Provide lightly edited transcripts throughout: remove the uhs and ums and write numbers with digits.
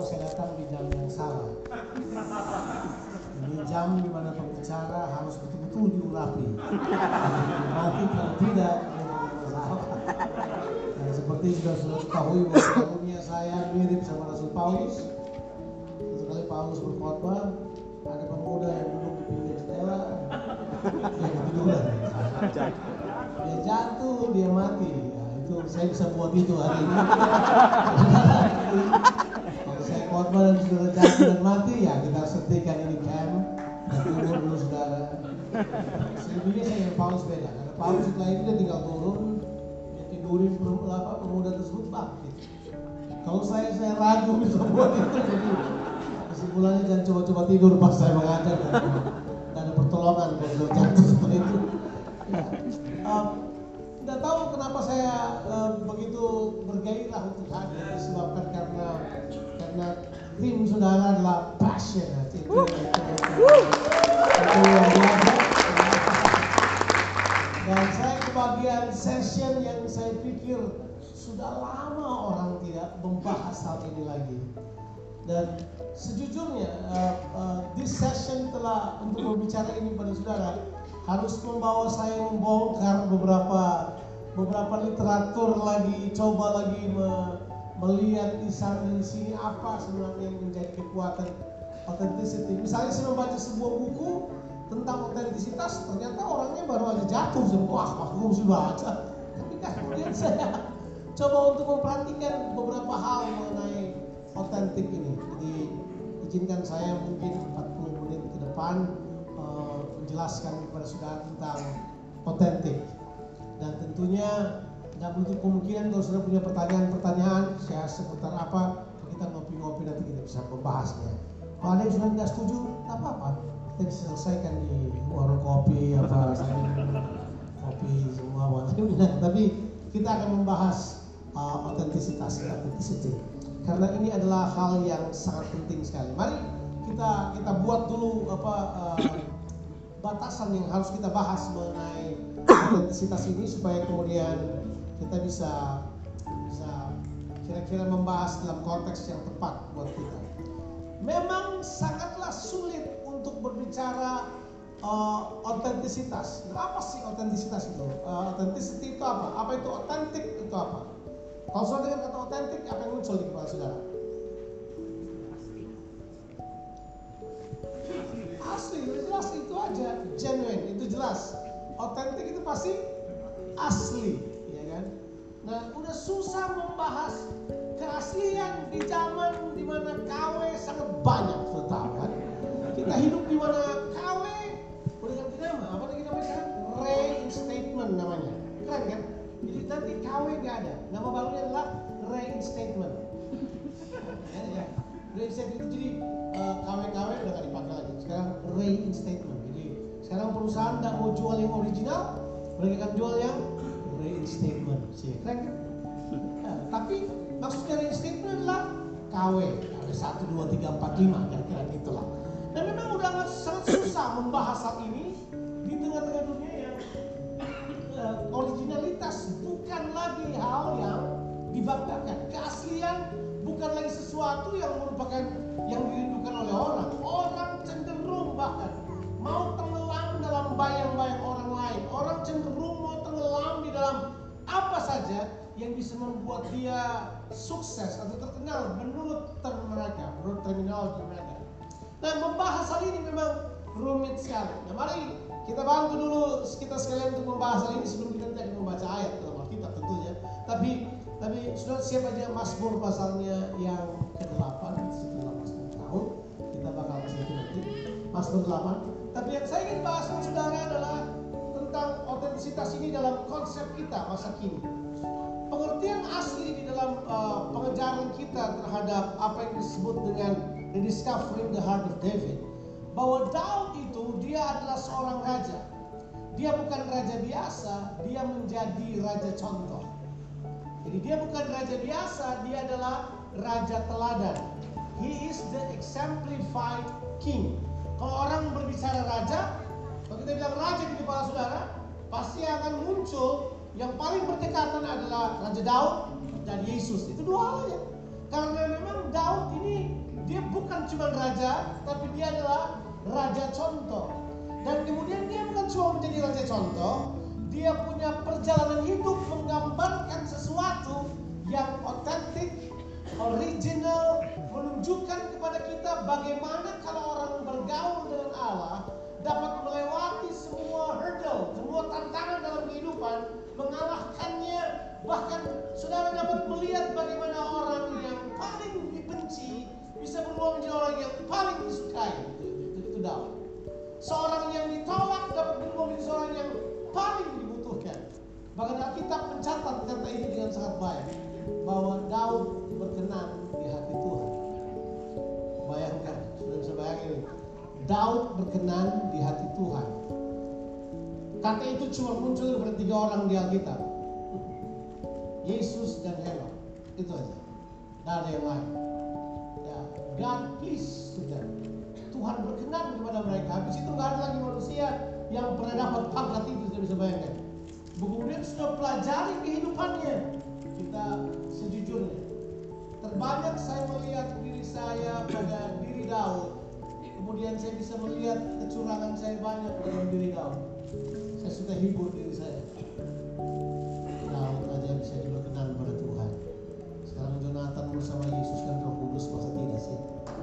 saya datang di jam yang salah. Ini jam di mana pembicara harus betul-betul diurapi. Mati kalau tidak, masalah. Nah, seperti sudah ketahui bahwa alumni saya mirip sama Rasul Paulus. Sekali Paulus berkhotbah, ada pemuda yang duduk di pinggir jendela, dia ketiduran. Dia jatuh, dia mati. Nah, itu saya bisa buat itu hari ini. Kalau saya khotbah dan saudara jatuh dan mati, ya kita setrika ini camp dan turun dulu saudara. Selebihnya saya yang Paulus beda. Karena Paulus setelah itu dia tinggal turun, dia tidurin pemuda tersebut bangkit. Kalau saya ragu bisa buat itu, jadi kesimpulannya jangan coba-coba tidur pas saya mengajar. Dan ada pertolongan kalau sudah jatuh setelah itu. Ya. Tidak tahu kenapa saya begitu bergairah untuk hadir, disebabkan karena tim saudara adalah passion. Itu yang biasa. Dan saya kebagian session yang saya pikir sudah lama orang tidak membahas hal ini lagi. Dan sejujurnya this session telah untuk berbicara ini pada saudara harus membawa saya membongkar beberapa literatur lagi, coba lagi melihat di sana di sini apa sebenarnya yang menjadi kekuatan authenticity. Misalnya saya membaca sebuah buku tentang autentisitas, ternyata orangnya baru aja jatuh, wah aku mesti baca. Tapi kan kemudian saya coba untuk memperhatikan beberapa hal mengenai otentik ini. Jadi izinkan saya mungkin 40 menit ke depan menjelaskan kepada saudara tentang otentik. Dan tentunya tidak menutup kemungkinan kalau saudara punya pertanyaan saya seputar apa, kita ngopi-ngopi nanti kita bisa membahasnya. Kalau ada yang sudah tidak setuju, tak apa-apa, kita bisa selesaikan di warung kopi kopi semua. Tapi kita akan membahas autentisitas, authenticity. Karena ini adalah hal yang sangat penting sekali. Mari kita buat dulu batasan yang harus kita bahas mengenai autentisitas ini supaya kemudian kita bisa kira-kira membahas dalam konteks yang tepat buat kita. Memang sangatlah sulit untuk berbicara autentisitas. Nah, apa sih autentisitas itu? Authenticity itu apa? Apa itu otentik itu apa? Kalau saudara dengar kata otentik, apa yang muncul di kepala saudara? Asli, jelas itu aja, genuine, itu jelas. Otentik itu pasti asli, ya kan? Nah, udah susah membahas keaslian di zaman di mana KW sangat banyak, sudah tahu kan? Kita hidup di mana KW udah ganti nama, apa lagi namanya sekarang? Reinstatement namanya, keren kan? Jadi nanti KW nggak ada, nama barunya adalah reinstatement. Ya. Reinstatement itu jadi KW-KW udah nggak dipakai lagi, sekarang reinstatement. Jadi sekarang perusahaan nggak mau jual yang original, mereka akan jual yang reinstatement. Keren kan? Nah, tapi maksudnya reinstatement adalah KW 1, 2, 3, 4, 5 kira-kira gitulah. Dan memang udah sangat susah membahas hal ini di tengah-tengah dunia yang originalitas bukan lagi hal yang dibanggakan. Keaslian bukan lagi sesuatu yang merupakan yang dirindukan oleh orang. Orang cenderung bahkan mau tenggelam dalam bayang-bayang orang lain. Orang cenderung mau tenggelam di dalam apa saja yang bisa membuat dia sukses atau terkenal menurut mereka, menurut terminologi mereka. Nah, membahas hal ini memang rumit sekali. Nah, mari kita bantu dulu kita sekalian untuk membahas hal ini sebelum kita nanti akan membaca ayat dalam Alkitab tentunya. Tapi sudah siap aja Mazmur pasalnya yang ke-8 setelah Mazmur tahun kita bakal kasih itu nanti Mazmur 8. Tapi yang saya ingin bahas sama saudara adalah tentang autentisitas ini dalam konsep kita masa kini. Pengertian asli di dalam pengejaran kita terhadap apa yang disebut dengan the discovering the heart of David, bahwa Daud itu dia adalah seorang raja. Dia bukan raja biasa, dia menjadi raja contoh. Jadi dia bukan raja biasa, dia adalah raja teladan. He is the exemplified king. Kalau orang berbicara raja, kalau kita bilang raja di kepala saudara, pasti akan muncul yang paling berdekatan adalah Raja Daud dan Yesus. Itu dua hal aja. Karena memang Daud ini dia bukan cuma raja, tapi dia adalah raja contoh. Dan kemudian dia bukan cuma menjadi raja contoh, dia punya perjalanan hidup menggambarkan sesuatu yang otentik, original, menunjukkan kepada kita bagaimana kalau orang bergaul dengan Allah dapat melewati semua hurdle, semua tantangan dalam kehidupan, mengalahkannya. Bahkan saudara dapat melihat bagaimana orang yang paling dibenci bisa berubah menjadi orang yang paling disukai. Itu Daud. Seorang yang ditolak dapat berubah menjadi seorang yang paling dibutuhkan. Bahkan Alkitab mencatat kata ini dengan sangat baik, bahwa Daud berkenan di hati Tuhan. Bayangkan, sudah bisa bayangin ini. Daud berkenan di hati Tuhan. Kata itu cuma muncul kepada 3 orang di Alkitab. Yesus dan Henok. Itu aja. Tidak ada yang lain. Ya, God please to them. Tuhan berkenan kepada mereka. Habis itu nggak ada lagi manusia yang pernah dapat pangkat itu, sudah bisa bayangkan. Kemudian sudah pelajari kehidupannya. Kita sejujurnya, terbanyak saya melihat diri saya pada diri Daud. Kemudian saya bisa melihat kecurangan saya banyak dalam diri Daud. Saya suka hibur diri saya. Daud aja bisa diberkenan pada Tuhan. Sekarang Jonathan bersama Yesus dan Roh Kudus, masa tidak sih?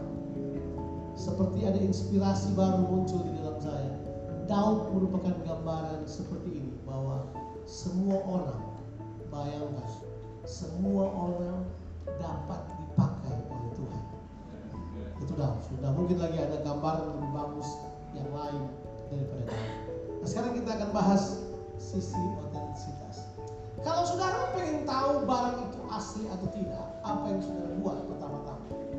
Seperti ada inspirasi baru muncul di dalam saya. Daud merupakan gambaran seperti ini, bahwa semua orang, bayangkan, semua orang dapat dipakai oleh Tuhan. Itu Daud. Sudah mungkin lagi ada gambaran lebih bagus yang lain daripada Daud. Nah, sekarang kita akan bahas sisi otentisitas. Kalau saudara pengen tahu barang itu asli atau tidak, apa yang saudara buat pertama-tama?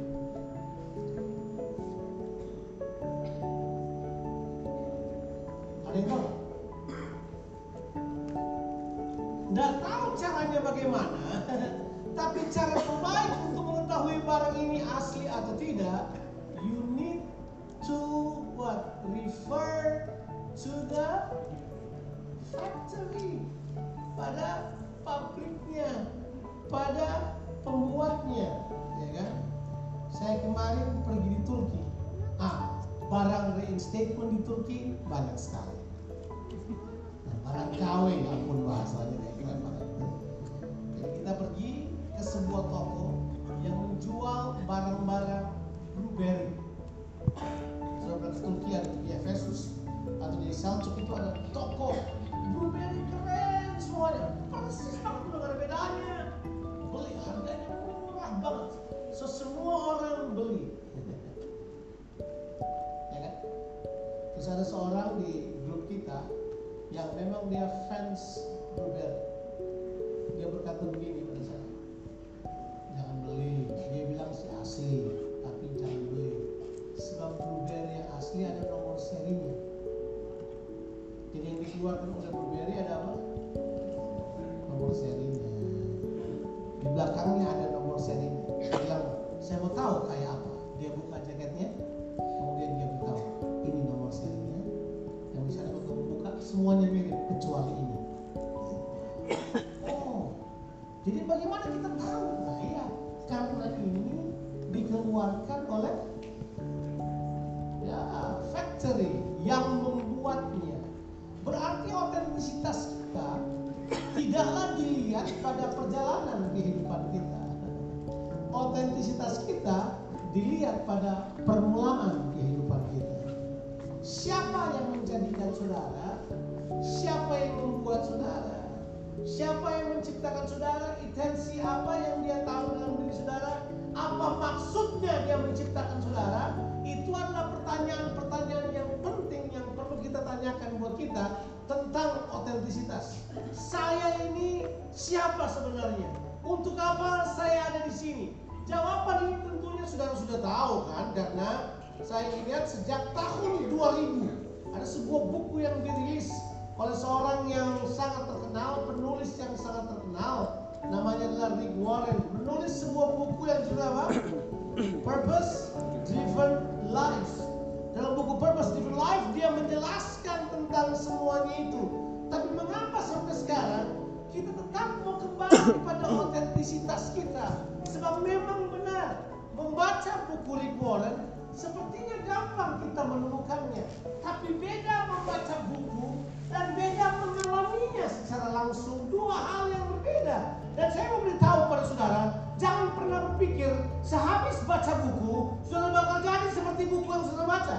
Ada yang tahu? Nggak tahu caranya bagaimana, tapi cara terbaik untuk mengetahui barang ini asli atau tidak, you need to what? Refer to the factory, pada pabriknya, pada pembuatnya, ya kan? Saya kemarin pergi di Turki. Barang reinstatement di Turki banyak sekali. Barang KW, ampun bahasanya kayak gimana. Jadi kita pergi ke sebuah toko yang menjual barang-barang blueberry. Saudara ke Turki, ada di Efesus atau di Selçuk, itu ada toko blueberry keren semuanya, persis banget, udah gak ada bedanya. Beli, harganya murah banget, so semua orang beli. Ya kan? Terus ada seorang di grup kita yang memang dia fans blueberry. Dia berkata begini pada saya, jangan beli. Dia bilang sih asli, tapi jangan beli, sebab blueberry yang asli ada nomor serinya. Jadi yang dikeluarkan oleh blueberry ada apa? Nomor serinya. Di belakangnya ada nomor serinya. Dia bilang, saya mau tahu kayak apa. Dia buka jaketnya, kemudian dia beritahu, ini nomor serinya. Yang misalnya kalau kamu buka, semuanya mirip kecuali ini. Oh, jadi bagaimana kita tahu? Nah iya, karena ini dikeluarkan oleh factory yang membuatnya. Berarti otentisitas kita tidaklah dilihat pada perjalanan kehidupan kita. Otentisitas kita dilihat pada permulaan kehidupan kita. Siapa yang menjadikan saudara? Siapa yang membuat saudara? Siapa yang menciptakan saudara? Intensi apa yang dia tahu dalam diri saudara? Apa maksudnya dia menciptakan saudara? Itu adalah pertanyaan-pertanyaan yang penting yang perlu kita tanyakan buat kita tentang otentisitas. Saya ini siapa sebenarnya? Untuk apa saya ada di sini? Jawaban ini tentunya saudara sudah tahu kan, karena saya lihat sejak tahun 2000 ada sebuah buku yang dirilis oleh seorang yang sangat terkenal, penulis yang sangat terkenal, namanya adalah Rick Warren. Menulis sebuah buku yang judulnya apa? Purpose Driven Life. Dalam buku Purpose Driven Life dia menjelaskan tentang semuanya itu. Tapi mengapa sampai sekarang kita tetap mau kembali kepada otentisitas kita? Sebab memang benar membaca buku Rick Warren sepertinya gampang kita menemukannya. Tapi beda membaca buku dan beda mengalaminya secara langsung. Dua hal yang berbeda. Dan saya mau beritahu pada saudara, jangan pernah berpikir sehabis baca buku, saudara bakal jadi seperti buku yang saudara baca.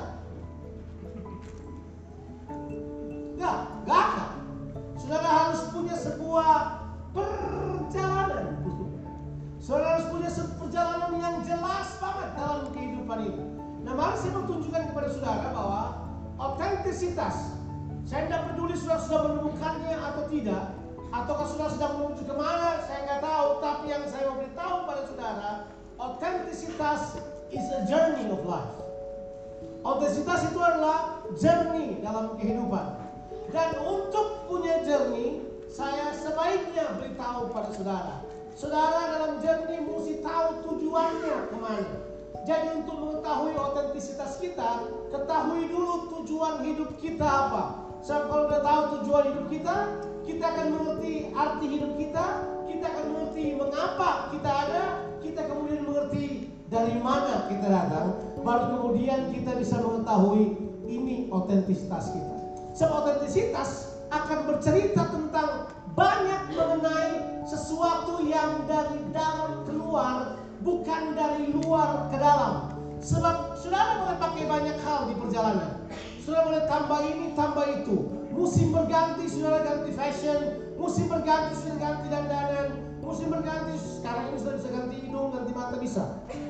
Gak akan. Saudara harus punya sebuah perjalanan. Saudara harus punya perjalanan yang jelas banget dalam kehidupan ini. Nah, mari saya mau tunjukkan kepada saudara bahwa autentisitas, saya tidak peduli saudara sudah menemukannya atau tidak, ataukah saudara sedang menuju kemana, saya nggak tahu. Tapi yang saya mau beritahu pada saudara, autentisitas is a journey of life. Autentisitas itu adalah journey dalam kehidupan. Dan untuk punya journey, saya sebaiknya beritahu pada saudara. Saudara dalam journey mesti tahu tujuannya kemana. Jadi untuk mengetahui autentisitas kita, ketahui dulu tujuan hidup kita apa. Sebab kalau sudah tahu tujuan hidup kita akan mengerti arti hidup kita akan mengerti mengapa kita ada, kita kemudian mengerti dari mana kita datang, baru kemudian kita bisa mengetahui ini autentisitas kita. Sebab autentisitas akan bercerita tentang banyak mengenai sesuatu yang dari dalam keluar, bukan dari luar ke dalam. Sebab saudara boleh pakai banyak hal di perjalanan. Saudara boleh tambah ini, tambah itu. Musim berganti, saudara ganti fashion. Musim berganti, saudara ganti dandanan. Musim berganti, sekarang ini saudara bisa ganti hidung, ganti mata, bisa.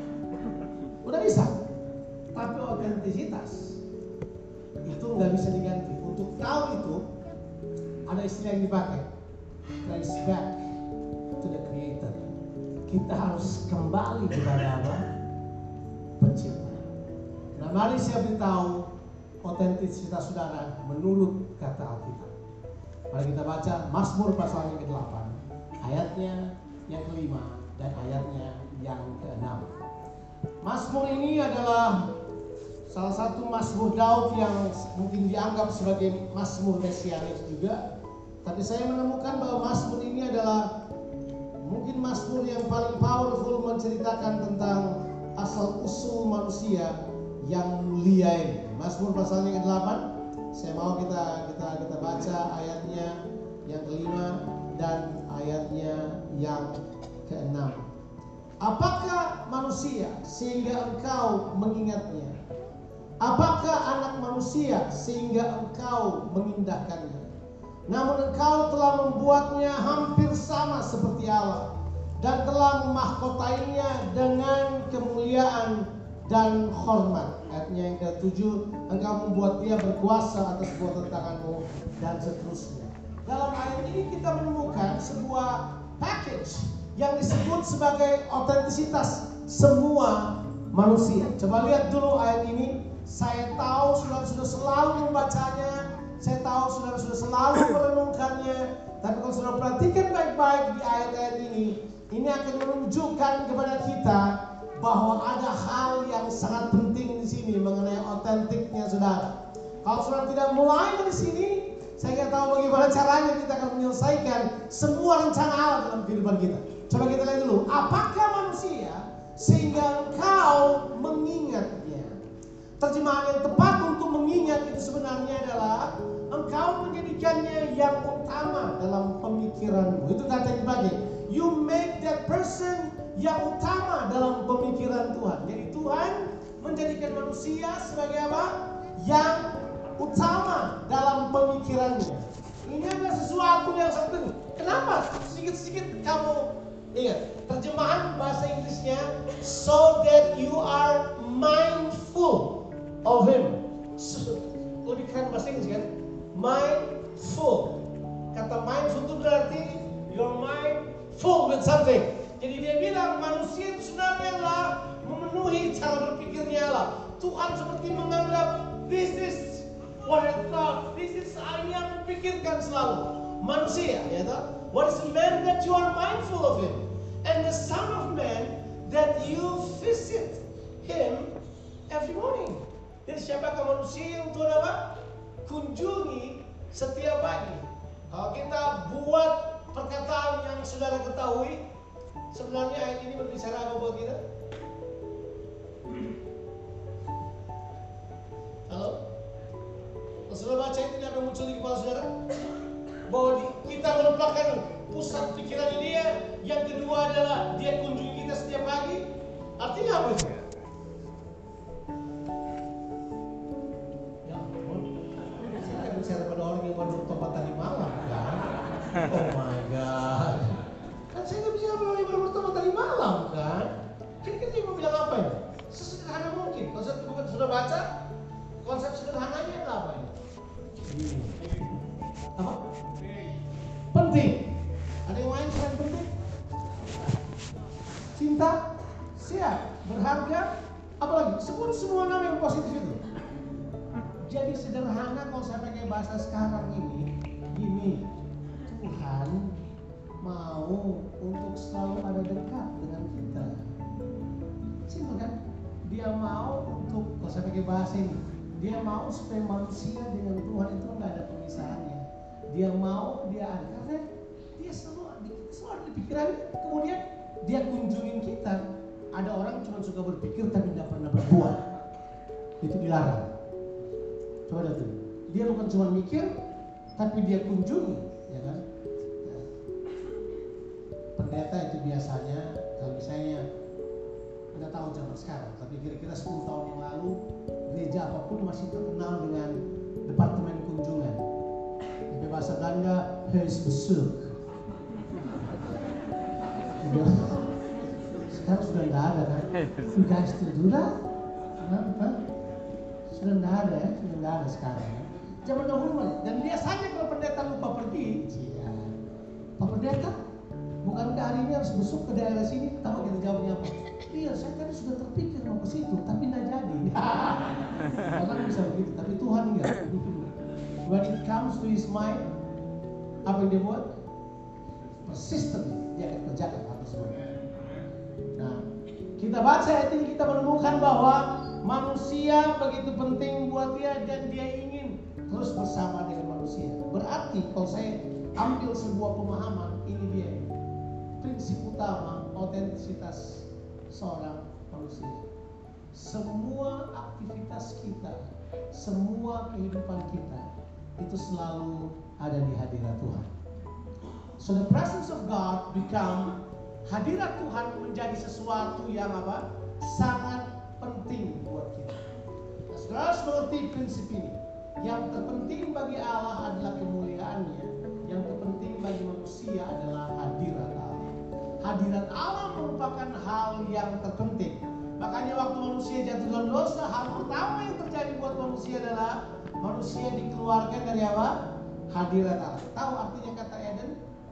Udah bisa. Tapi autentisitas itu nggak bisa diganti. Untuk tahu itu, ada istilah yang dipakai, trace back to the creator. Kita harus kembali kepada apa? Pencipta. Nah, mari saya beritahu autentisitas saudara menurut kata Alkitab. Mari kita baca Mazmur pasal yang ke-8, ayatnya yang ke-5 dan ayatnya yang ke-6. Mazmur ini adalah salah satu Mazmur Daud yang mungkin dianggap sebagai Mazmur mesianis juga. Tapi saya menemukan bahwa Mazmur ini adalah mungkin Mazmur yang paling powerful menceritakan tentang asal usul manusia yang mulia ini. Mazmur pasalnya ke-8, saya mau kita baca ayatnya yang ke-5 dan ayatnya yang ke-6. Apakah manusia sehingga engkau mengingatnya? Apakah anak manusia sehingga engkau mengindahkannya? Namun engkau telah membuatnya hampir sama seperti Allah dan telah memahkotainya dengan kemuliaan dan hormat. Ayatnya yang ke-7, engkau membuat dia berkuasa atas buah tanganmu dan seterusnya. Dalam ayat ini kita menemukan sebuah package yang disebut sebagai autentisitas semua manusia. Coba lihat dulu ayat ini. Saya tahu saudara sudah selalu membacanya, saya tahu saudara sudah selalu merenungkannya. Tapi kalau saudara perhatikan baik-baik di ayat-ayat ini akan menunjukkan kepada kita bahwa ada hal yang sangat penting di sini mengenai autentiknya saudara. Kalau saudara tidak mulai dari sini, saya nggak tahu bagaimana caranya kita akan menyelesaikan semua rencana Allah dalam kehidupan kita. Coba kita lihat dulu, apakah manusia sehingga engkau mengingatnya? Terjemahan yang tepat untuk mengingat itu sebenarnya adalah engkau menjadikannya yang utama dalam pemikiranmu. Itu kata yang dipakai. You make that person yang utama dalam pemikiran Tuhan. Jadi Tuhan menjadikan manusia sebagai apa? Yang utama dalam pemikirannya. Ini adalah sesuatu yang sangat penting. Kenapa? Sedikit-sedikit kamu ingat. Terjemahan bahasa Inggrisnya, so that you are mindful of him. Lebih keren bahasa Inggris kan? Mindful. Kata mindful itu berarti your mind full with something. Jadi dia bilang manusia itu sebenarnya adalah memenuhi cara berpikirnya Allah. Tuhan seperti menganggap this is what I thought. This is yang memikirkan selalu manusia, ya toh? What is the man that you are mindful of him? And the son of man that you visit him every morning. Jadi siapakah manusia yang Tuhan apa? Kunjungi setiap pagi. Kalau kita buat perkataan yang saudara ketahui, sebenarnya ayat ini berbicara apa buat kita? Halo? Saudara baca itu yang muncul di kepala saudara? Bahwa kita melupakan pusat pikiran dia. Yang kedua adalah dia kunjungi kita setiap pagi. Artinya apa itu? Ya ampun, saya akan bicara pada orang yang baru bertobat tadi malam kan? Oh my God. Kan saya nggak bicara pada orang yang baru bertobat tadi malam kan? Kira-kira dia mau bilang apa ya? Sesederhana mungkin. Kalau sudah baca, konsep sederhananya adalah apa ini? Apa? Penting. Ada yang lain selain penting? Cinta, siap, berharga, apalagi sebut semua nama yang positif itu. Jadi sederhana kalau saya pakai bahasa sekarang ini, gini, Tuhan mau untuk selalu ada dekat dengan kita. Simpel kan? Dia mau untuk, kalau saya pakai bahasa ini, dia mau supaya manusia dengan Tuhan itu nggak ada pemisahannya. Dia mau dia ada, karena dia selalu ada di pikirannya. Kemudian dia kunjungin kita. Ada orang cuma suka berpikir tapi tidak pernah berbuat. Itu dilarang. Coba lihat tuh. Dia bukan cuma mikir, tapi dia kunjungi, ya kan? Ya. Pendeta itu biasanya, kalau misalnya nggak tahu zaman sekarang, tapi kira-kira 10 tahun yang lalu gereja apapun masih terkenal dengan departemen kunjungan. Di bahasa Belanda, huisbezoek. Sekarang sudah nggak ada kan? You guys still do that? Sudah nggak ada ya, sudah nggak ada sekarang. Ya? Zaman dahulu dan biasanya kalau pendeta lupa pergi, ya, Pak Pendeta, bukankah hari ini harus besok ke daerah sini? Tahu kita jawabnya apa? Iya, saya kan sudah terpikir mau ke situ, tapi nggak jadi. Orang bisa begitu, tapi Tuhan enggak. When it comes to his mind, apa yang dia buat? Persistent, dia akan kerjakan hal tersebut. Nah, kita baca ayat ini, kita menemukan bahwa manusia begitu penting buat dia dan dia ingin terus bersama dengan manusia. Berarti kalau saya ambil sebuah pemahaman, ini dia prinsip utama otentisitas seorang manusia. Semua aktivitas kita, semua kehidupan kita itu selalu ada di hadirat Tuhan. So the presence of God become, hadirat Tuhan menjadi sesuatu yang apa? Sangat penting buat kita. Nah, saudara harus mengerti prinsip ini. Yang terpenting bagi Allah adalah kemuliaannya. Yang terpenting bagi manusia adalah hadirat Allah. Hadirat Allah merupakan hal yang terpenting. Makanya waktu manusia jatuh dalam dosa, hal pertama yang terjadi buat manusia adalah manusia dikeluarkan dari apa? Hadirat Allah. Tahu artinya kata Eden?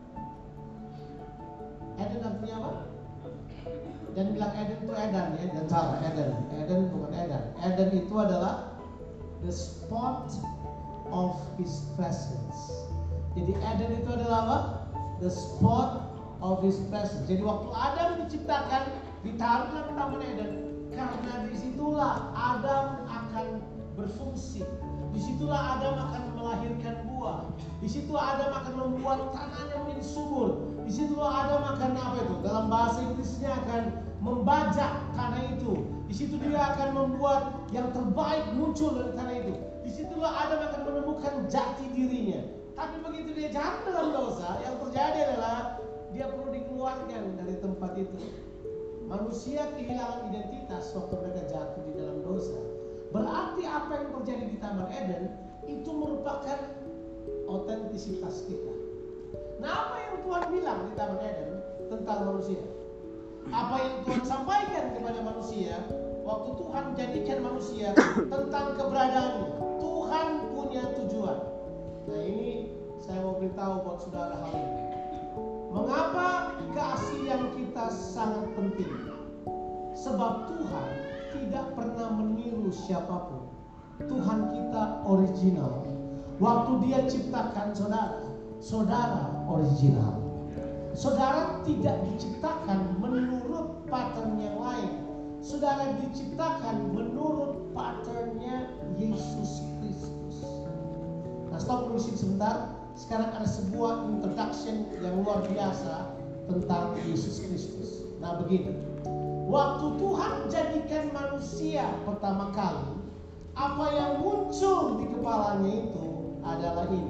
Eden artinya apa? Dan bilang Eden itu Edan ya, dan salah Eden. Eden bukan Edan. Eden itu adalah the spot of his presence. Jadi Eden itu adalah apa? The spot of his presence. Jadi waktu Adam diciptakan, ditaruh dalam taman Eden, karena disitulah Adam akan berfungsi. Disitulah Adam akan melahirkan buah. Disitulah Adam akan membuat tanahnya menjadi subur. Disitulah Adam akan apa itu? Dalam bahasa Inggrisnya akan membajak tanah itu. Disitu dia akan membuat yang terbaik muncul dari tanah itu. Disitulah Adam akan menemukan jati dirinya. Tapi begitu dia jatuh dalam dosa, yang terjadi adalah dia perlu dikeluarkan dari tempat itu. Manusia kehilangan identitas waktu mereka jatuh di dalam dosa. Berarti apa yang terjadi di Taman Eden itu merupakan otentisitas kita. Nah, apa yang Tuhan bilang di Taman Eden tentang manusia? Apa yang Tuhan sampaikan kepada manusia waktu Tuhan jadikan manusia tentang keberadaannya? Tuhan punya tujuan. Nah, ini saya mau beritahu buat saudara hal ini. Mengapa kasih yang kita sangat penting? Sebab Tuhan tidak pernah meniru siapapun. Tuhan kita original. Waktu dia ciptakan saudara, saudara original. Saudara tidak diciptakan menurut pattern yang lain. Saudara diciptakan menurut patternnya Yesus Kristus. Nah, stop dulu sebentar. Sekarang ada sebuah introduction yang luar biasa tentang Yesus Kristus. Nah, begini. Waktu Tuhan jadikan manusia pertama kali, apa yang muncul di kepalanya itu adalah ini: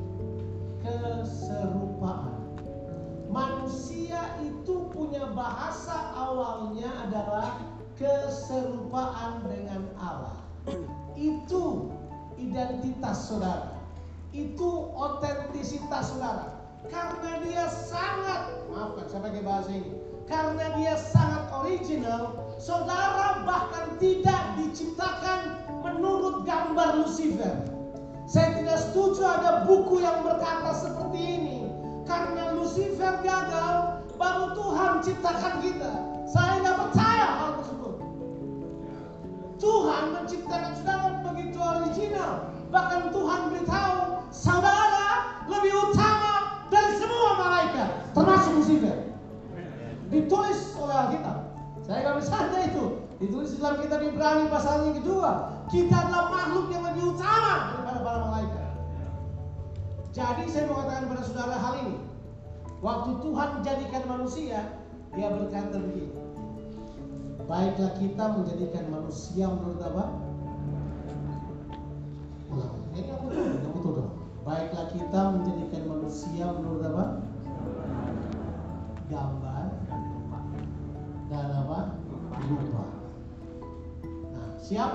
keserupaan. Manusia itu punya bahasa awalnya adalah keserupaan dengan Allah. Itu identitas saudara. Itu otentisitas saudara. Karena dia sangat, maafkan saya pakai bahasa ini, karena dia sangat original, saudara bahkan tidak diciptakan menurut gambar Lucifer. Saya tidak setuju ada buku yang berkata seperti ini. Karena Lucifer gagal, baru Tuhan ciptakan kita. Saya tidak percaya hal tersebut. Tuhan menciptakan saudara begitu original. Bahkan Tuhan beritahu, saudara lebih utama dari semua malaikat, termasuk Lucifer. Ditulis oleh Alkitab. Saya nggak bercanda itu. Ditulis dalam kitab Ibrani pasal yang kedua. Kita adalah makhluk yang lebih utama daripada para malaikat. Jadi saya mau katakan kepada saudara hal ini. Waktu Tuhan jadikan manusia, dia berkata begini: baiklah kita menjadikan manusia menurut apa? Ini aku tuh. Baiklah kita menjadikan manusia menurut apa? Gambar dan apa? Rupa. Nah, siap?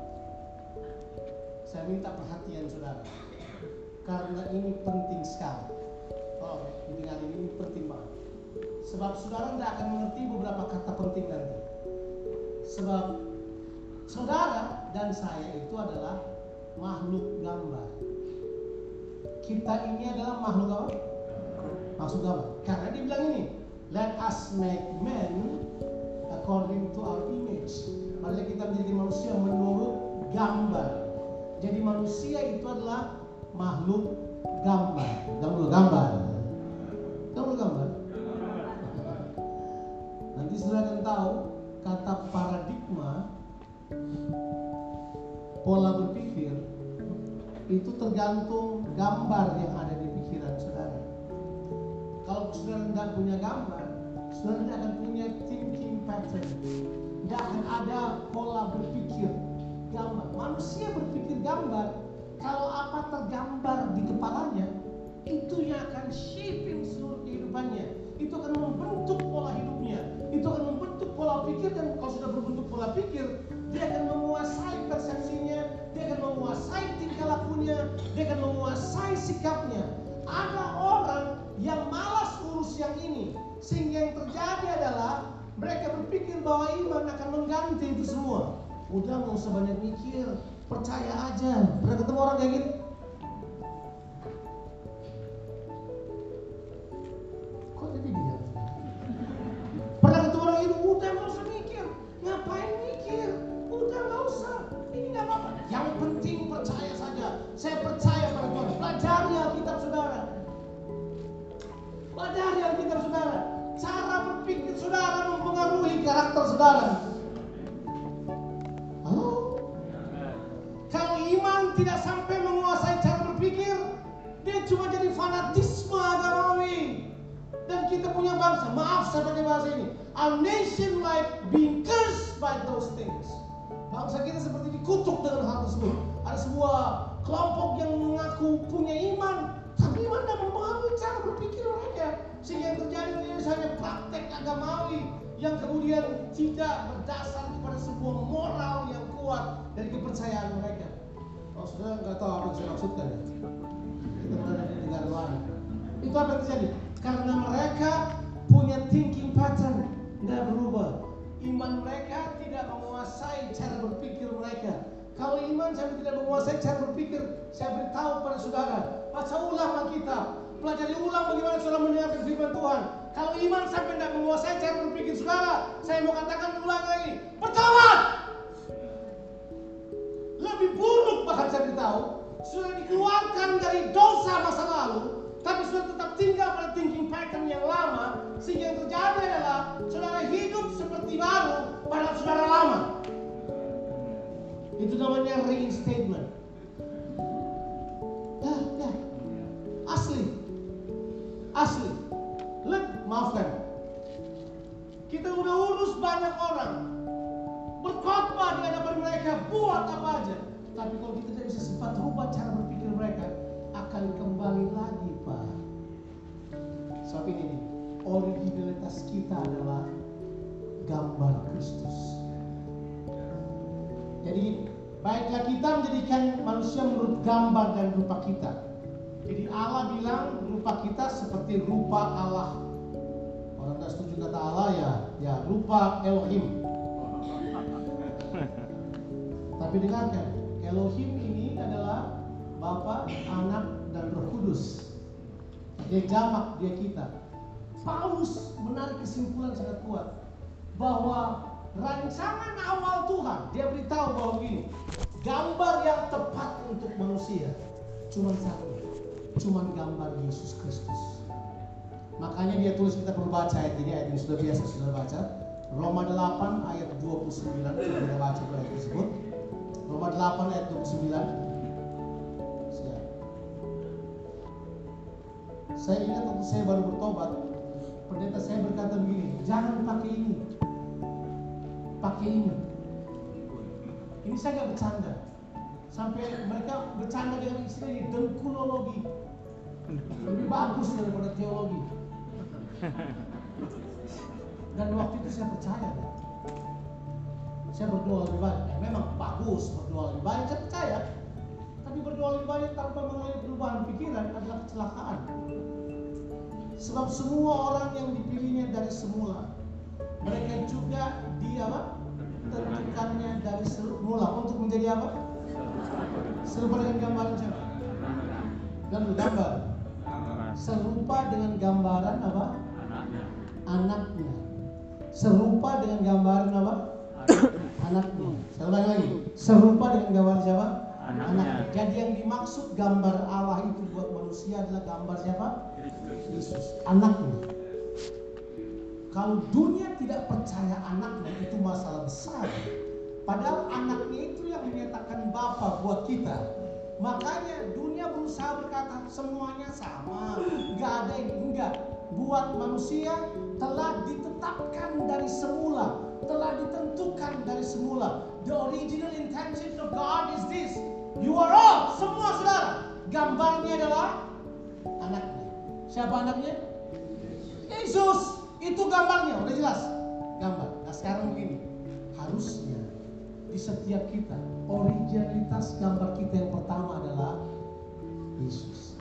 Saya minta perhatian saudara, karena ini penting sekali. Oh, ini penting banget. Sebab saudara tidak akan mengerti beberapa kata penting nanti. Sebab saudara dan saya itu adalah makhluk gambar. Kita ini adalah makhluk apa? Makhluk gambar. Karena dia bilang ini, let us make man according to our image. Maksudnya kita menjadi manusia menurut gambar. Jadi manusia itu adalah makhluk gambar. Gambar. Nanti saudara akan tahu kata paradigma, pola berpikir itu tergantung gambar yang ada di pikiran saudara. Kalau saudara tidak punya gambar, saudara tidak akan punya thinking pattern. Tidak akan ada pola berpikir gambar. Manusia berpikir gambar. Kalau apa tergambar di kepalanya, itu yang akan shaping seluruh kehidupannya. Itu akan membentuk pola hidupnya. Itu akan membentuk pola pikir, dan kalau sudah berbentuk pola pikir, dia akan menguasai persepsinya, dia akan menguasai tingkah lakunya, dia akan menguasai sikapnya. Ada orang yang malas urus yang ini, sehingga yang terjadi adalah mereka berpikir bahwa iman akan mengganti itu semua. Udah, nggak usah banyak mikir, percaya aja. Pernah ketemu orang kayak gitu? Kok jadi dia? Pernah ketemu orang gitu? Udah, nggak usah mikir. Ngapain mikir? Udah, nggak usah. Ini nggak apa-apa. Yang penting percaya saja. Saya percaya pada Tuhan. Pelajari Alkitab saudara. Pelajari Alkitab saudara. Cara berpikir saudara mempengaruhi karakter saudara. Kalau iman tidak sampai menguasai cara berpikir, dia cuma jadi fanatisme agamawi. Dan kita punya bangsa, maaf saya pakai bahasa ini, our nation like being cursed by those things. Bangsa kita seperti dikutuk dengan hal tersebut. Ada sebuah kelompok yang mengaku punya iman, tapi iman tidak mempengaruhi cara berpikir mereka. Sehingga yang terjadi misalnya praktek agamawi yang kemudian tidak berdasar kepada sebuah moral yang kuat dari kepercayaan mereka. Oh, saudara nggak tahu apa yang saya maksudkan ya? Kita berada di negara lain. Itu apa yang terjadi? Karena mereka punya thinking pattern nggak berubah. Iman mereka tidak menguasai cara berpikir mereka. Kalau iman saya tidak menguasai cara berpikir, saya beritahu pada saudara, baca ulang Alkitab, pelajari ulang bagaimana saudara mendengarkan firman Tuhan. Kalau iman sampai tidak menguasai cara berpikir saudara, saya mau katakan ulang lagi, bertobat. Lebih buruk bahkan saya beritahu, sudah dikeluarkan dari dosa masa lalu, tapi sudah tetap tinggal pada thinking pattern yang lama, sehingga yang terjadi adalah saudara hidup seperti baru padahal saudara lama. Itu namanya reinstatement. Asli. Maafkan. Kita udah urus banyak orang, berkhotbah di hadapan mereka, buat apa aja. Tapi kalau kita tidak bisa sempat rubah cara berpikir mereka, akan kembali lagi, Pak. Sebab ini nih, originalitas kita adalah gambar Kristus. Jadi baiklah kita menjadikan manusia menurut gambar dan rupa kita. Jadi Allah bilang rupa kita seperti rupa Allah. Orang tak setuju kata Allah ya rupa Elohim. Tapi dengarkan, Elohim ini adalah Bapa, Anak, dan Roh Kudus. Dia jamak, dia kita. Paulus menarik kesimpulan sangat kuat bahwa rancangan awal Tuhan, dia beritahu bahwa begini, gambar yang tepat untuk manusia cuma satu, cuma gambar Yesus Kristus. Makanya dia tulis, kita perlu baca ayat ini sudah biasa sudah baca. Roma 8 ayat 29, kita baca ayat tersebut. Roma 8 ayat 29. Saya ingat waktu saya baru bertobat, pendeta saya berkata begini, jangan pakai ini, pakai ini. Ini saya gak bercanda. Sampai mereka bercanda dengan istilah ini, dengkulologi. Lebih bagus daripada teologi. Dan waktu itu saya percaya. Saya berdoa lebih banyak. Memang bagus berdoa lebih banyak, saya percaya. Tapi berdoa lebih banyak tanpa mengalami perubahan pikiran adalah kecelakaan. Sebab semua orang yang dipilihnya dari semula, mereka juga tentukannya dari semula untuk menjadi apa? Serupa dengan gambaran siapa? Dan bergambar. Serupa dengan gambaran apa? Anaknya. Serupa dengan gambaran apa? Anaknya. Saya ulangi lagi. Serupa dengan gambaran siapa? Anaknya. Jadi yang dimaksud gambar Allah itu buat manusia adalah gambar siapa? Yesus, anaknya. Kalau dunia tidak percaya anaknya, itu masalah besar. Padahal anaknya itu yang menyatakan Bapa buat kita. Makanya dunia berusaha berkata semuanya sama, nggak ada yang enggak. Buat manusia telah ditetapkan dari semula, telah ditentukan dari semula. The original intention of God is this: you are all, semua saudara. Gambarnya adalah anaknya. Siapa anaknya? Yesus. Itu gambarnya, udah jelas. Gambar. Nah sekarang begini, harusnya di setiap kita originalitas gambar kita yang pertama adalah Yesus.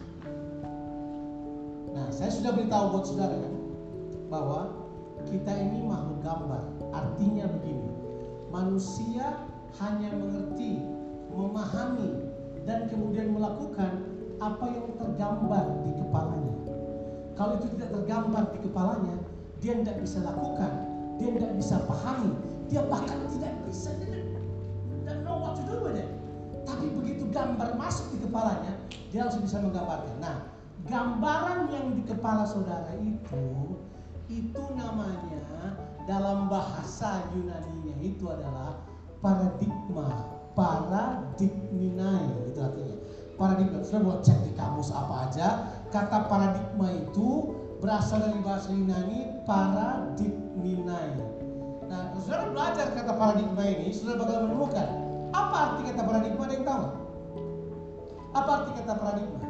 Nah saya sudah beritahu buat saudara kan, bahwa kita ini makhluk gambar. Artinya begini, manusia hanya mengerti, memahami, dan kemudian melakukan apa yang tergambar di kepalanya. Kalau itu tidak tergambar di kepalanya, dia tidak bisa lakukan, dia tidak bisa pahami, dia bahkan tidak bisa, don't know what to do with it. Tapi begitu gambar masuk di kepalanya, dia langsung bisa menggambarkan. Nah, gambaran yang di kepala saudara itu namanya dalam bahasa Yunani-nya itu adalah paradigma, paradigminai, itu artinya. Paradigma, sudah boleh cek di kamus apa aja. Kata paradigma itu berasal dari bahasa Yunani paradigminai. Nah, saudara belajar kata paradigma ini, saudara bakal menemukan apa arti kata paradigma. Ada yang tahu? Apa arti kata paradigma?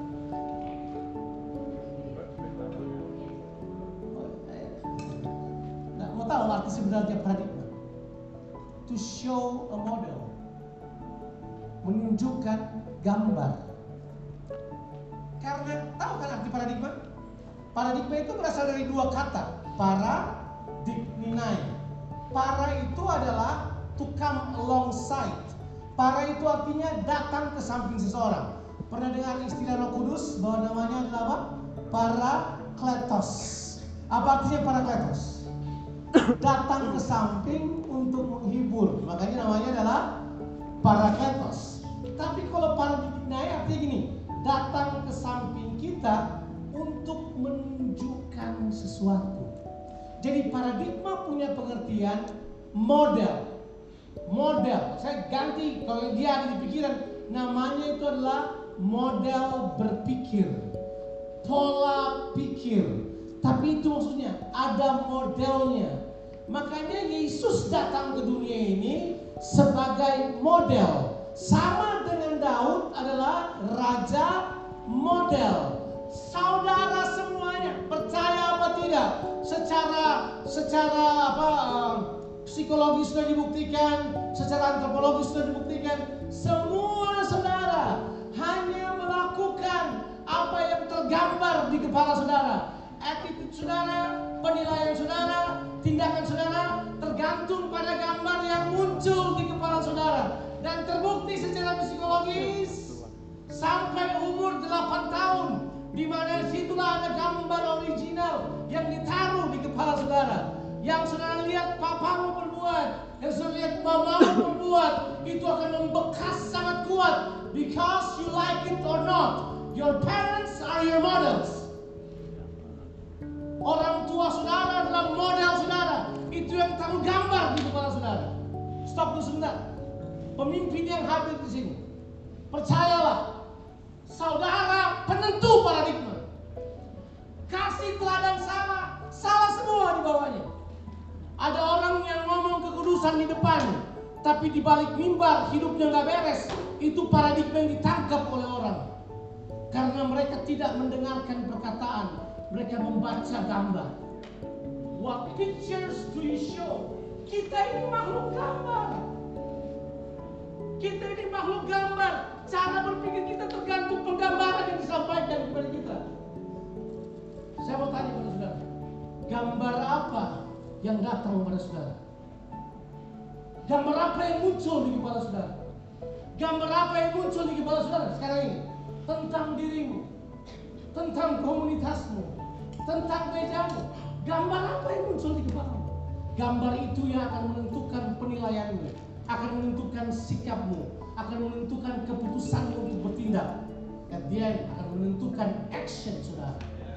Nah, mau tahu arti sebenarnya paradigma? To show a model, menunjukkan gambar. Karena tahu kan arti paradigma? Paradigma itu berasal dari dua kata, paradigminai. Para itu adalah to come alongside. Para itu artinya datang ke samping seseorang. Pernah dengar istilah Roh Kudus bahwa namanya adalah apa? Parakletos. Apa artinya parakletos? Datang ke samping untuk menghibur. Makanya namanya adalah parakletos. Tapi kalau paradigminai artinya gini, datang ke samping kita untuk menunjukkan sesuatu. Jadi paradigma punya pengertian model. Model, saya ganti kalau dia ada di pikiran, namanya itu adalah model berpikir, pola pikir. Tapi itu maksudnya ada modelnya. Makanya Yesus datang ke dunia ini sebagai model. Sama dengan Daud adalah raja model. Saudara semuanya, percaya apa tidak? Secara psikologis sudah dibuktikan, secara antropologis sudah dibuktikan, semua saudara hanya melakukan apa yang tergambar di kepala saudara. Attitude saudara, penilaian saudara, tindakan saudara tergantung pada gambar yang muncul di kepala saudara. Dan terbukti secara psikologis sampai umur 8 tahun, di mana situlah ada gambar original yang ditaruh di kepala saudara. Yang saudara lihat papamu berbuat, yang saudara lihat mamamu berbuat, itu akan membekas sangat kuat. Because you like it or not, your parents are your models. Orang tua saudara adalah model saudara. Itu yang taruh gambar di kepala saudara. Stop dulu sebentar. Pemimpin yang hadir di sini, percayalah, saudara penentu paradigma. Kasih teladan salah semua di bawahnya. Ada orang yang ngomong kekudusan di depan, tapi di balik mimbar hidupnya nggak beres. Itu paradigma yang ditangkap oleh orang. Karena mereka tidak mendengarkan perkataan, mereka membaca gambar. What pictures do you show? Kita ini makhluk gambar. Kita ini makhluk gambar. Cara berpikir kita tergantung penggambaran yang disampaikan kepada kita. Saya mau tanya kepada saudara, gambar apa yang datang kepada saudara? Gambar apa yang muncul di kepala saudara? Gambar apa yang muncul di kepala saudara sekarang ini? Tentang dirimu, tentang komunitasmu, tentang mejamu. Gambar apa yang muncul di kepalamu? Gambar itu yang akan menentukan penilaianmu, akan menentukan sikapmu, akan menentukankeputusanmu untuk bertindak. Dan dia akan menentukan action saudara.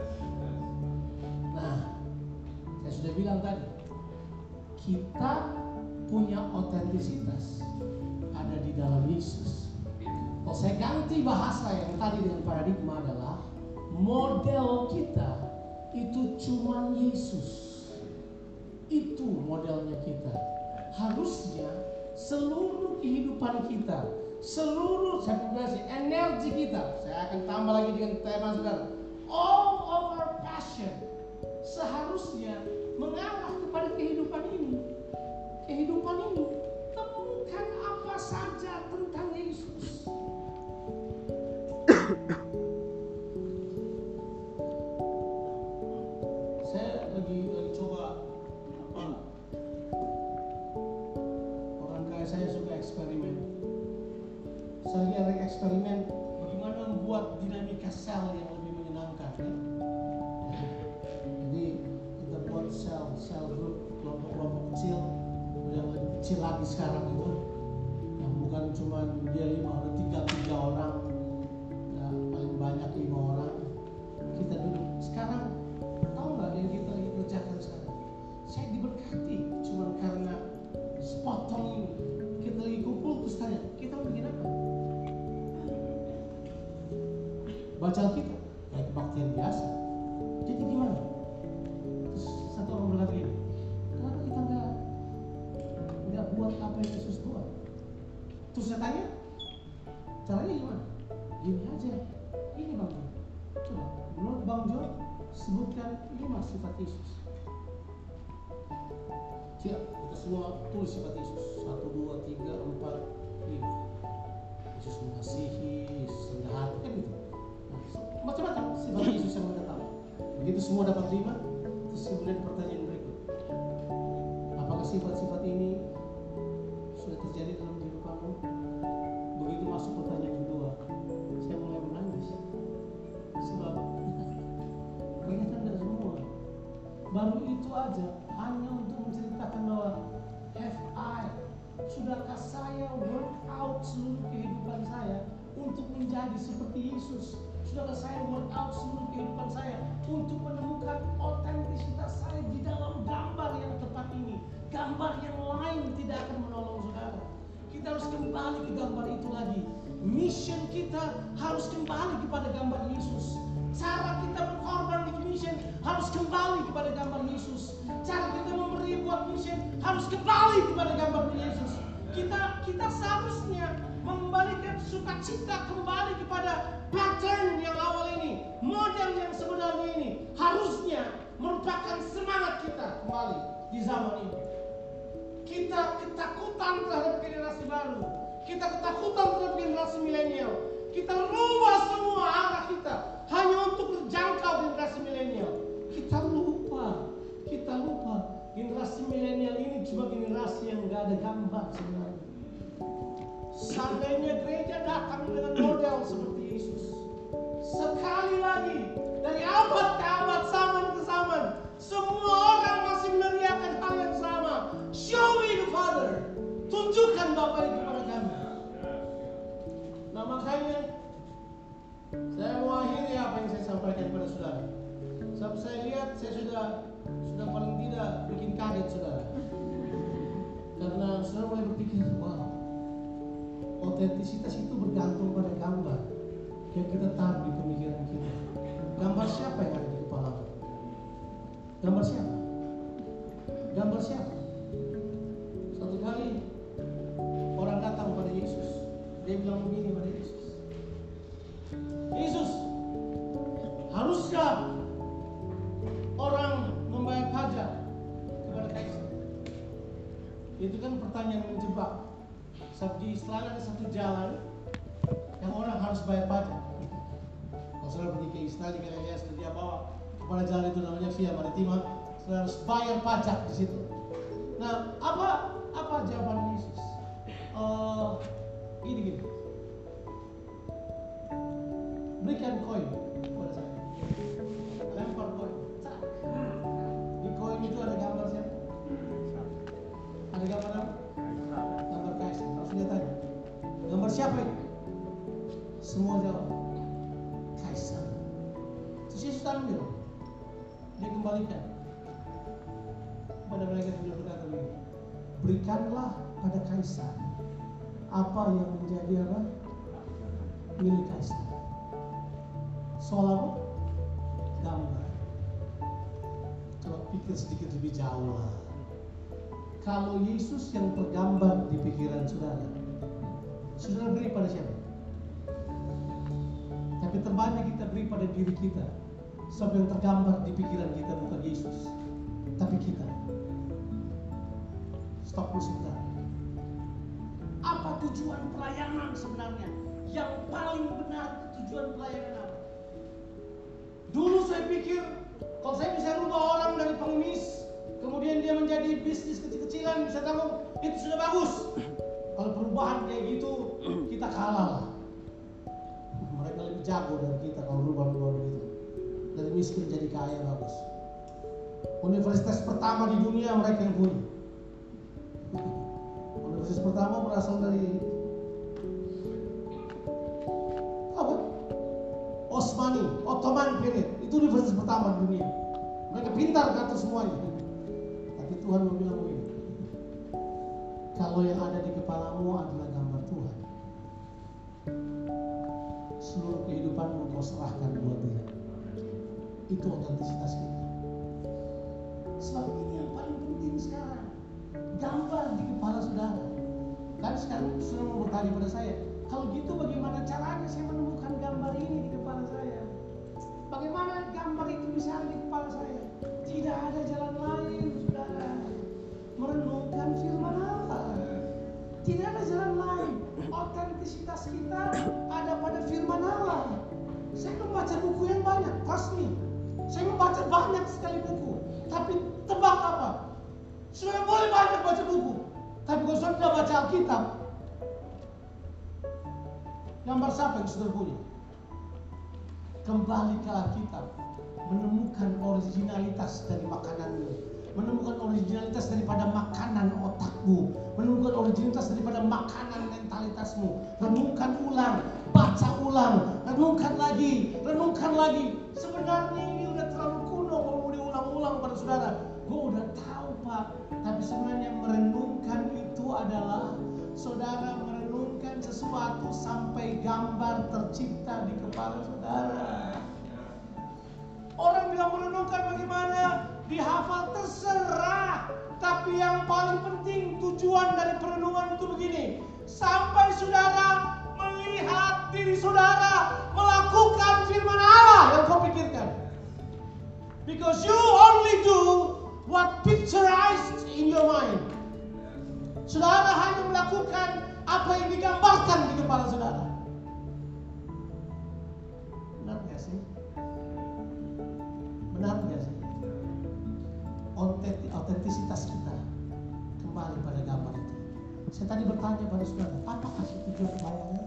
Nah, saya sudah bilang tadi, kita punya otentisitas ada di dalam Yesus. Kalau saya ganti bahasa yang tadi dengan paradigma adalah model kita itu cuma Yesus. Itu modelnya kita. Harusnya seluruh kehidupan kita, seluruh energi kita, saya akan tambah lagi dengan tema saudara, all of our passion seharusnya mengarah kepada kehidupan ini. Kehidupan ini, temukan apa saja tentang Yesus. Saya lagi coba orang kaya saya suka eksperimen. Saya lagi eksperimen bagaimana membuat dinamika sel yang lebih menyenangkan. Jadi kita buat sel grup, kelompok-kelompok kecil, yang lebih kecil lagi sekarang itu, yang bukan cuma dia 5, ada 3 orang, ya, paling banyak 5 orang. Kita duduk sekarang, tahu nggak yang kita kerjakan sekarang? Saya diberkati cuma karena sepotong ini. Kita lagi kumpul terus tanya, kita mau bikin apa? Baca Alkitab kayak kebaktian biasa. Jadi gimana? Terus satu orang berkata gini, kenapa kita nggak buat apa yang Yesus buat? Terus saya tanya, caranya gimana? Gini aja, ini Bang Jo. Coba, menurut Bang Jo, sebutkan 5 sifat Yesus. Siap, kita semua tulis sifat Yesus. 1, 2, 3, 4, 5. Yesus mengasihi, Yesus rendah hati, kan gitu. Macam-macam sifat Yesus yang mereka tahu. Begitu semua dapat 5, terus kemudian pertanyaan berikut, apakah sifat-sifat ini sudah terjadi dalam kehidupanmu? Begitu masuk pertanyaan kedua, saya mulai menangis. Sebab ternyata tidak semua. Baru itu aja, hanya untuk menceritakan bahwa sudahkah saya work out seluruh kehidupan saya untuk menjadi seperti Yesus? Sudahkah saya work out seluruh kehidupan saya untuk menemukan otentisitas saya di dalam gambar yang tepat ini? Gambar yang lain tidak akan menolong saudara. Kita harus kembali ke gambar itu lagi. Mission kita harus kembali kepada gambar Yesus. Cara kita berkorban di mission harus kembali kepada gambar Yesus. Cara kita memberi buat Magnificent harus kembali kepada gambar Yesus. Kita seharusnya mengembalikan sukacita kembali kepada pattern yang awal ini, model yang sebenarnya ini harusnya merupakan semangat kita kembali di zaman ini. Kita ketakutan terhadap generasi baru, kita ketakutan terhadap generasi milenial. Kita rubah semua arah kita hanya untuk menjangkau generasi milenial. Kita lupa generasi milenial ini cuma generasi yang gak ada gambar sebenarnya. Seandainya gereja datang dengan model seperti Yesus, sekali lagi dari abad ke abad, zaman ke zaman, semua orang masih meneriakan hal yang sama. Show me the Father. Tunjukkan Bapa itu kepada kami. Nah makanya saya mau akhiri apa yang saya sampaikan kepada saudara. Sebab saya lihat saya sudah paling tidak bikin kaget saudara. Karena saudara mulai berpikir, wow, otentisitas itu bergantung pada gambar yang kita taruh di pemikiran kita. Gambar siapa yang ada di kepala? Gambar siapa? Gambar siapa? Satu kali orang datang pada Yesus, dia bilang begini pada Yesus, Yesus, haruskah orang membayar pajak kepada kaisar? Itu kan pertanyaan menjebak. Sebab di Israel ada satu jalan yang orang harus bayar pajak. Kalau saudara pergi ke Israel di Galilea, dia bawa kepada jalan itu namanya Via Maritima, saudara harus bayar pajak di situ. Nah, apa jawaban Yesus? Gini. Berikan koin kepada saya. Lempar koin. Di koin itu ada gambar siapa? Ada gambar apa? Gambar kaisar. Terus dia tanya, gambar siapa itu? Semua jawab, kaisar. Terus Yesus ambil, dia kembalikan kepada mereka yang berkata begini, berikanlah pada kaisar apa yang menjadi apa? Milik kaisar. Soal apa? Gambar. Kalau pikir sedikit lebih jauh lah. Kalau Yesus yang tergambar di pikiran saudara, saudara beri pada siapa? Tapi terbanyak kita beri pada diri kita. Sebab yang tergambar di pikiran kita bukan Yesus, tapi kita. Stop dulu sebentar. Apa tujuan pelayanan sebenarnya? Yang paling benar tujuan pelayanan apa? Dulu saya pikir kalau saya bisa rubah orang dari pengemis, kemudian dia menjadi bisnis kecil-kecilan, bisa tanggung, itu sudah bagus. Kalau perubahan kayak gitu, kita kalah lah. Mereka lebih jago dari kita kalau rubah-rubah begitu. Dari miskin jadi kaya bagus. Universitas pertama di dunia mereka yang punya. Universitas pertama berasal dari apa? Ottoman period. Itu universitas pertama di dunia. Mereka pintar kata semuanya. Tapi Tuhan bilang begini, kalau yang ada di kepalamu adalah gambar Tuhan, seluruh kehidupanmu kau serahkan buat Dia. Itu otentisitas kita. Sebab ini yang paling penting sekarang, gambar di kepala saudara. Kan sekarang saudara mau bertanya pada saya, kalau gitu bagaimana caranya saya menemukan gambar ini di kepala saya? Bagaimana gambar itu bisa ada di kepala saya? Tidak ada jalan lain, saudara. Merenungkan firman Allah. Tidak ada jalan lain. Otentisitas kita ada pada firman Allah. Saya membaca buku yang banyak, trust me. Saya membaca banyak sekali buku. Tapi tebak apa? Saudara boleh banyak baca buku, tapi kalau saudara tidak baca Alkitab, gambar siapa yang saudara punya? Kembali ke Alkitab, menemukan originalitas dari makananmu, menemukan originalitas daripada makanan otakmu, menemukan originalitas daripada makanan mentalitasmu. Renungkan ulang, baca ulang, renungkan lagi. Sebenarnya ini udah terlalu kuno kalau mau diulang-ulang pada saudara. Gue udah tahu Pak, tapi sebenarnya merenungkan itu adalah saudara merenungkan sesuatu sampai gambar tercipta di kepala saudara. Orang bilang merenungkan bagaimana? Dihafal terserah. Tapi Tapi yang paling penting tujuan dari perenungan itu begini. Sampai saudara melihat diri saudara melakukan firman Allah yang kau pikirkan. Because you only do what picturized in your mind. Saudara hanya melakukan apa yang digambarkan di kepala saudara. Benar gak sih? Benar gak sih? Autentisitas kita kembali pada gambar itu. Saya tadi bertanya pada saudara, apakah sih tujuan bayarnya?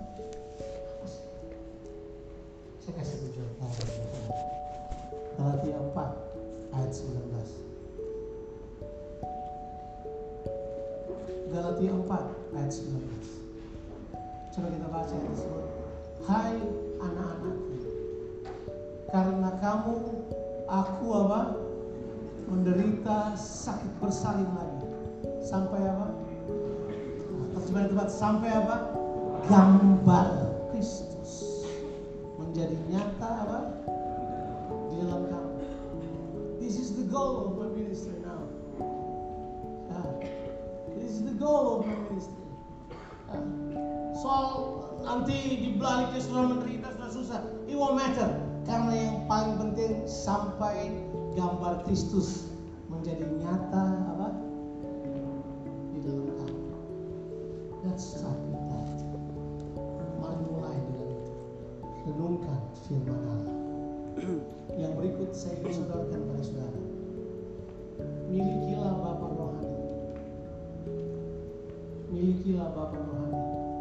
Saya kasih tujuan bayarnya. Galatia 4 ayat 19. Galatia 4 ayat 19. Coba kita baca ayat tersebut. Hai anak-anakku, karena kamu aku apa? Menderita sakit bersalin lagi. Sampai apa? Terjemahan tempat sampai apa? Gambar Kristus menjadi nyata apa? Di dalam kamu. This is the goal of my ministry now. This is the goal of my ministry. Soal nanti di baliknya sudah menderita, sudah susah, it won't matter. Karena yang paling penting sampai gambar Kristus menjadi nyata apa? Di dalam kamu. Let's start with that. Mari mulai dengan itu. Renungkan firman Allah. Yang berikut saya ingin saudarakan pada saudara. Milikilah Bapa rohani. Milikilah Bapa rohani.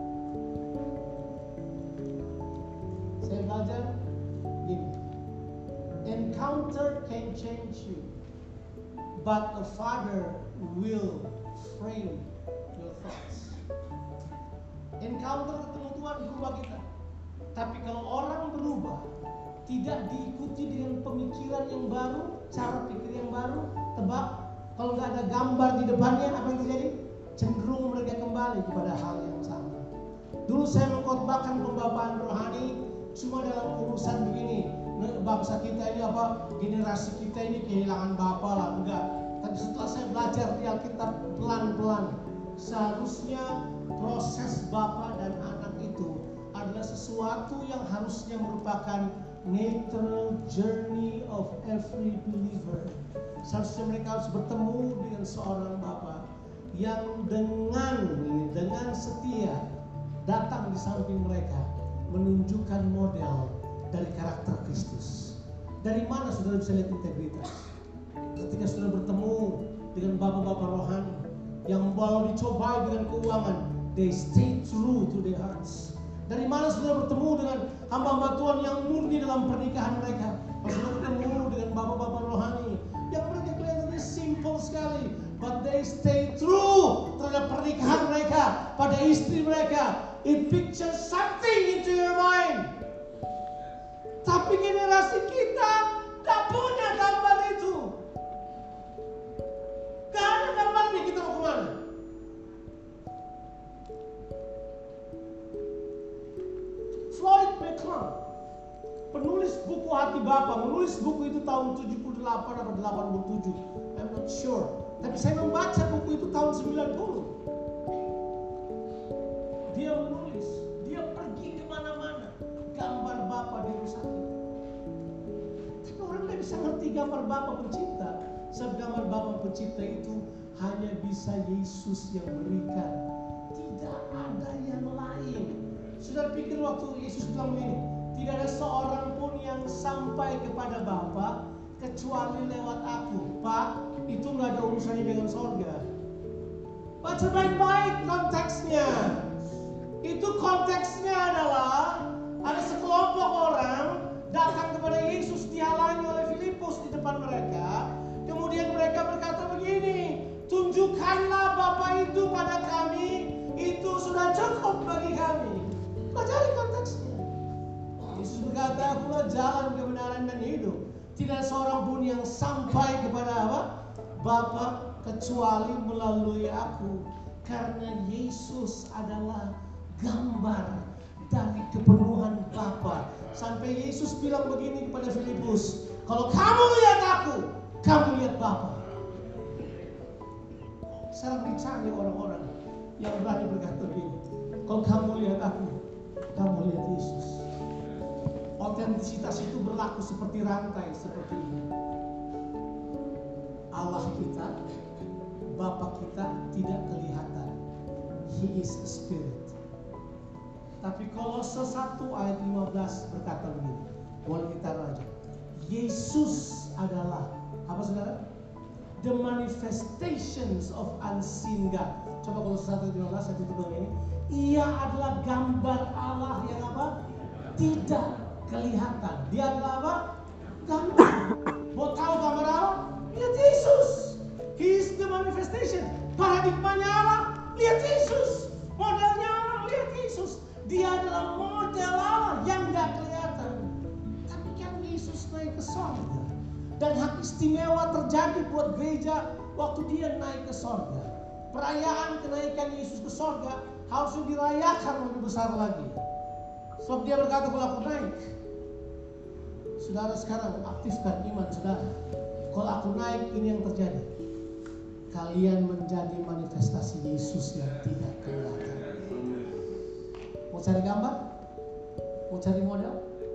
Saya belajar gini. Encounter can change you, but a father will frame your thoughts. Encounter ketemu Tuhan berubah kita. Tapi kalau orang berubah, tidak diikuti dengan pemikiran yang baru, cara pikir yang baru, tebak, kalau nggak ada gambar di depannya, apa yang terjadi? Cenderung mereka kembali kepada hal yang sama. Dulu saya mengkhotbahkan pembapaan rohani cuma dalam urusan begini. Bangsa kita ini apa? Generasi kita ini kehilangan bapa lah, enggak. Tapi setelah saya belajar di Alkitab pelan-pelan, seharusnya proses bapa dan anak itu adalah sesuatu yang harusnya merupakan natural journey of every believer. Seharusnya mereka harus bertemu dengan seorang bapa yang dengan setia datang di samping mereka, menunjukkan model dari karakter Kristus. Dari mana saudara bisa lihat integritas? Ketika saudara bertemu dengan bapak-bapak rohani yang walau dicobai dengan keuangan, they stay true to their hearts. Dari mana saudara bertemu dengan hamba-hamba Tuhan yang murni dalam pernikahan mereka? Saudara bertemu dengan bapak-bapak rohani yang mereka kelihatannya simple sekali, but they stay true terhadap pernikahan mereka, pada istri mereka. It pictures something into your mind. Tapi generasi kita tak punya gambar itu. Gak ada gambarnya, kita mau kemana? Floyd McClung, penulis buku Hati Bapa, menulis buku itu tahun 78 atau 87, I'm not sure. Tapi saya membaca buku itu tahun 90. Dia menulis, dia pergi kemana-mana, gambar Bapa dirusakin. Tapi orang tidak bisa ngerti gambar Bapa pencipta. Sebab gambar Bapa pencipta itu hanya bisa Yesus yang berikan. Tidak ada yang lain. Sudah pikir waktu Yesus bilang begini, tidak ada seorang pun yang sampai kepada Bapa kecuali lewat aku. Pak, itu nggak ada urusannya dengan sorga. Baca baik-baik konteksnya. Itu konteksnya adalah ada sekelompok orang datang kepada Yesus, dihalangi oleh Filipus di depan mereka. Kemudian mereka berkata begini, tunjukkanlah Bapa itu pada kami, itu sudah cukup bagi kami. Pelajari konteksnya. Yesus berkata, akulah jalan, kebenaran dan hidup. Tidak seorang pun yang sampai kepada apa? Bapa kecuali melalui aku. Karena Yesus adalah gambar dari kepenuhan Bapa. Sampai Yesus bilang begini kepada Filipus, kalau kamu lihat aku, kamu lihat Bapa. Sekarang dicari orang-orang yang berani berkata begini, kalau kamu lihat aku, kamu lihat Yesus. Otentisitas itu berlaku seperti rantai seperti ini. Allah kita, Bapa kita tidak kelihatan. He is a spirit. Tapi Kolose 1 ayat 15 berkata begini. Boleh kita baca. Yesus adalah apa saudara? The manifestations of unseen God. Coba Kolose 1 ayat 15 saya tutup dengan ini. Ia adalah gambar Allah yang apa? Tidak kelihatan. Dia adalah apa? Gambar. Mau tahu gambar Allah? Lihat Yesus. He is the manifestation. Paradigmanya Allah. Lihat Yesus. Modelnya Allah. Lihat Yesus. Dia adalah model Allah yang gak kelihatan. Tapi kan Yesus naik ke sorga. Dan hak istimewa terjadi buat gereja waktu dia naik ke sorga. Perayaan kenaikan Yesus ke sorga harusnya dirayakan lebih besar lagi. Sebab dia berkata, kalau aku naik, saudara sekarang aktifkan iman saudara. Kalau aku naik, ini yang terjadi. Kalian menjadi manifestasi Yesus yang tidak kelihatan. Mau cari gambar? Mau cari model?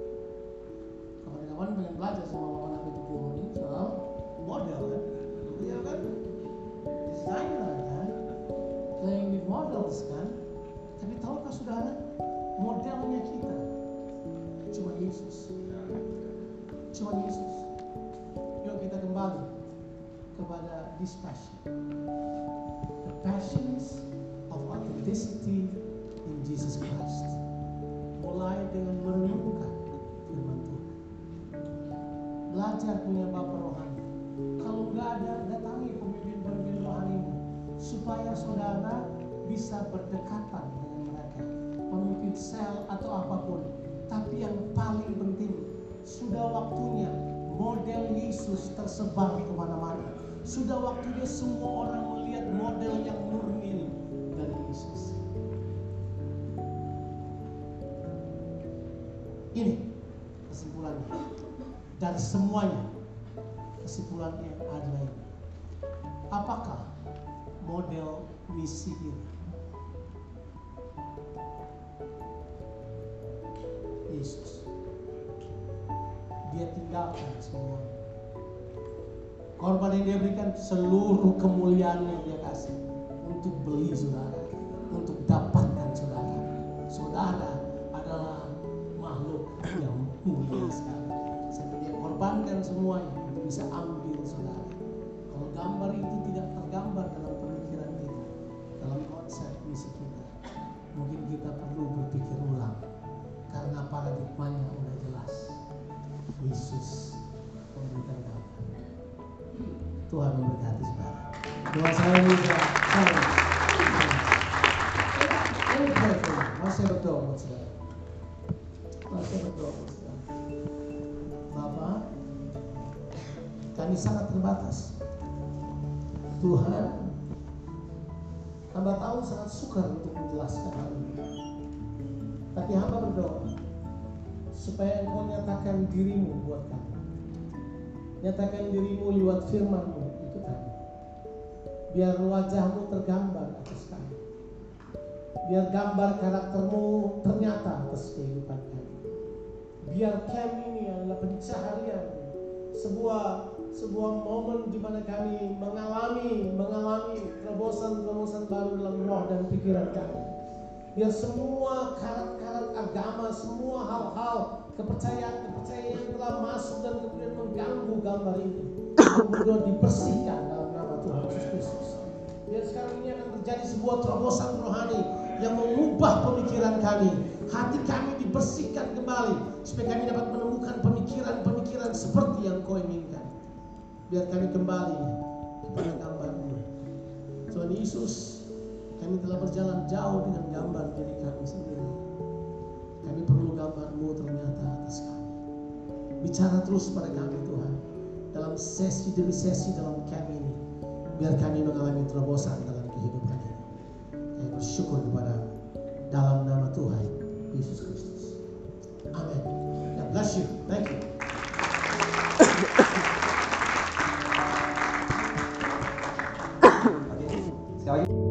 Kawan-kawan pengen belajar sama anak itu guru ini soal model kan? Iya kan? Desainer kan? Playing with models kan? Tapi tahukah saudara? Modelnya kita cuma Yesus. Cuma Yesus. Yuk kita kembali kepada this passion. The passions of authenticity in Jesus Christ. Mulai dengan merenungkan firman Tuhan. Belajar punya Bapa rohani. Kalau nggak ada, datangi pemimpin-pemimpin rohanimu supaya saudara bisa berdekatan dengan mereka. Pemimpin sel atau apapun. Tapi yang paling penting, sudah waktunya model Yesus tersebar kemana-mana. Sudah waktunya semua orang melihat model yang murni dari Yesus. Ini kesimpulannya. Dan semuanya kesimpulannya adalah ini. Apakah model misi ini? Yesus. Dia tinggalkan semua. Korban yang dia berikan, seluruh kemuliaan yang dia kasih untuk beli saudara, untuk dapatkan saudara. Saudara adalah makhluk yang mulia sekali. Sehingga dia korbankan semuanya untuk bisa ambil saudara. Kalau gambar itu tidak tergambar dalam pemikiran kita, dalam konsep misi kita, mungkin kita perlu berpikir ulang. Karena paradigmanya udah jelas. Yesus memberikan gambar. Tuhan memberkati saudara. Doa saya bisa masih berdoa buat saudara. Masih berdoa buat saudara. Bapak, kami sangat terbatas. Tuhan, hamba tahu sangat sukar untuk menjelaskan hal ini. Tapi hamba berdoa supaya engkau nyatakan dirimu buat kami. Nyatakan dirimu lewat firman-Mu itu kami. Biar wajah-Mu tergambar atas kami. Biar gambar karakter-Mu ternyata atas kehidupan kami. Biar kami ini adalah pencaharian sebuah momen di mana kami mengalami terobosan baru dalam roh dan pikiran kami. Biar semua karat-karat agama, semua hal-hal kepercayaan yang telah masuk dan kemudian mengganggu gambar ini kemudian dibersihkan dalam nama Tuhan Yesus Kristus. Biar sekarang ini akan terjadi sebuah terobosan rohani yang mengubah pemikiran kami. Hati kami dibersihkan kembali supaya kami dapat menemukan pemikiran-pemikiran seperti yang Kau inginkan. Biar kami kembali kepada gambar-Mu. Tuhan Yesus, kami telah berjalan jauh dengan gambar diri kami sendiri. Kami perlu gambar-Mu ternyata atas kami. Bicara terus pada kami Tuhan. Dalam sesi demi sesi dalam kami ini. Biar kami mengalami terobosan dalam kehidupan ini. Kami bersyukur kepada dalam nama Tuhan Yesus Kristus. Amin. God bless you. Thank you. Sekali lagi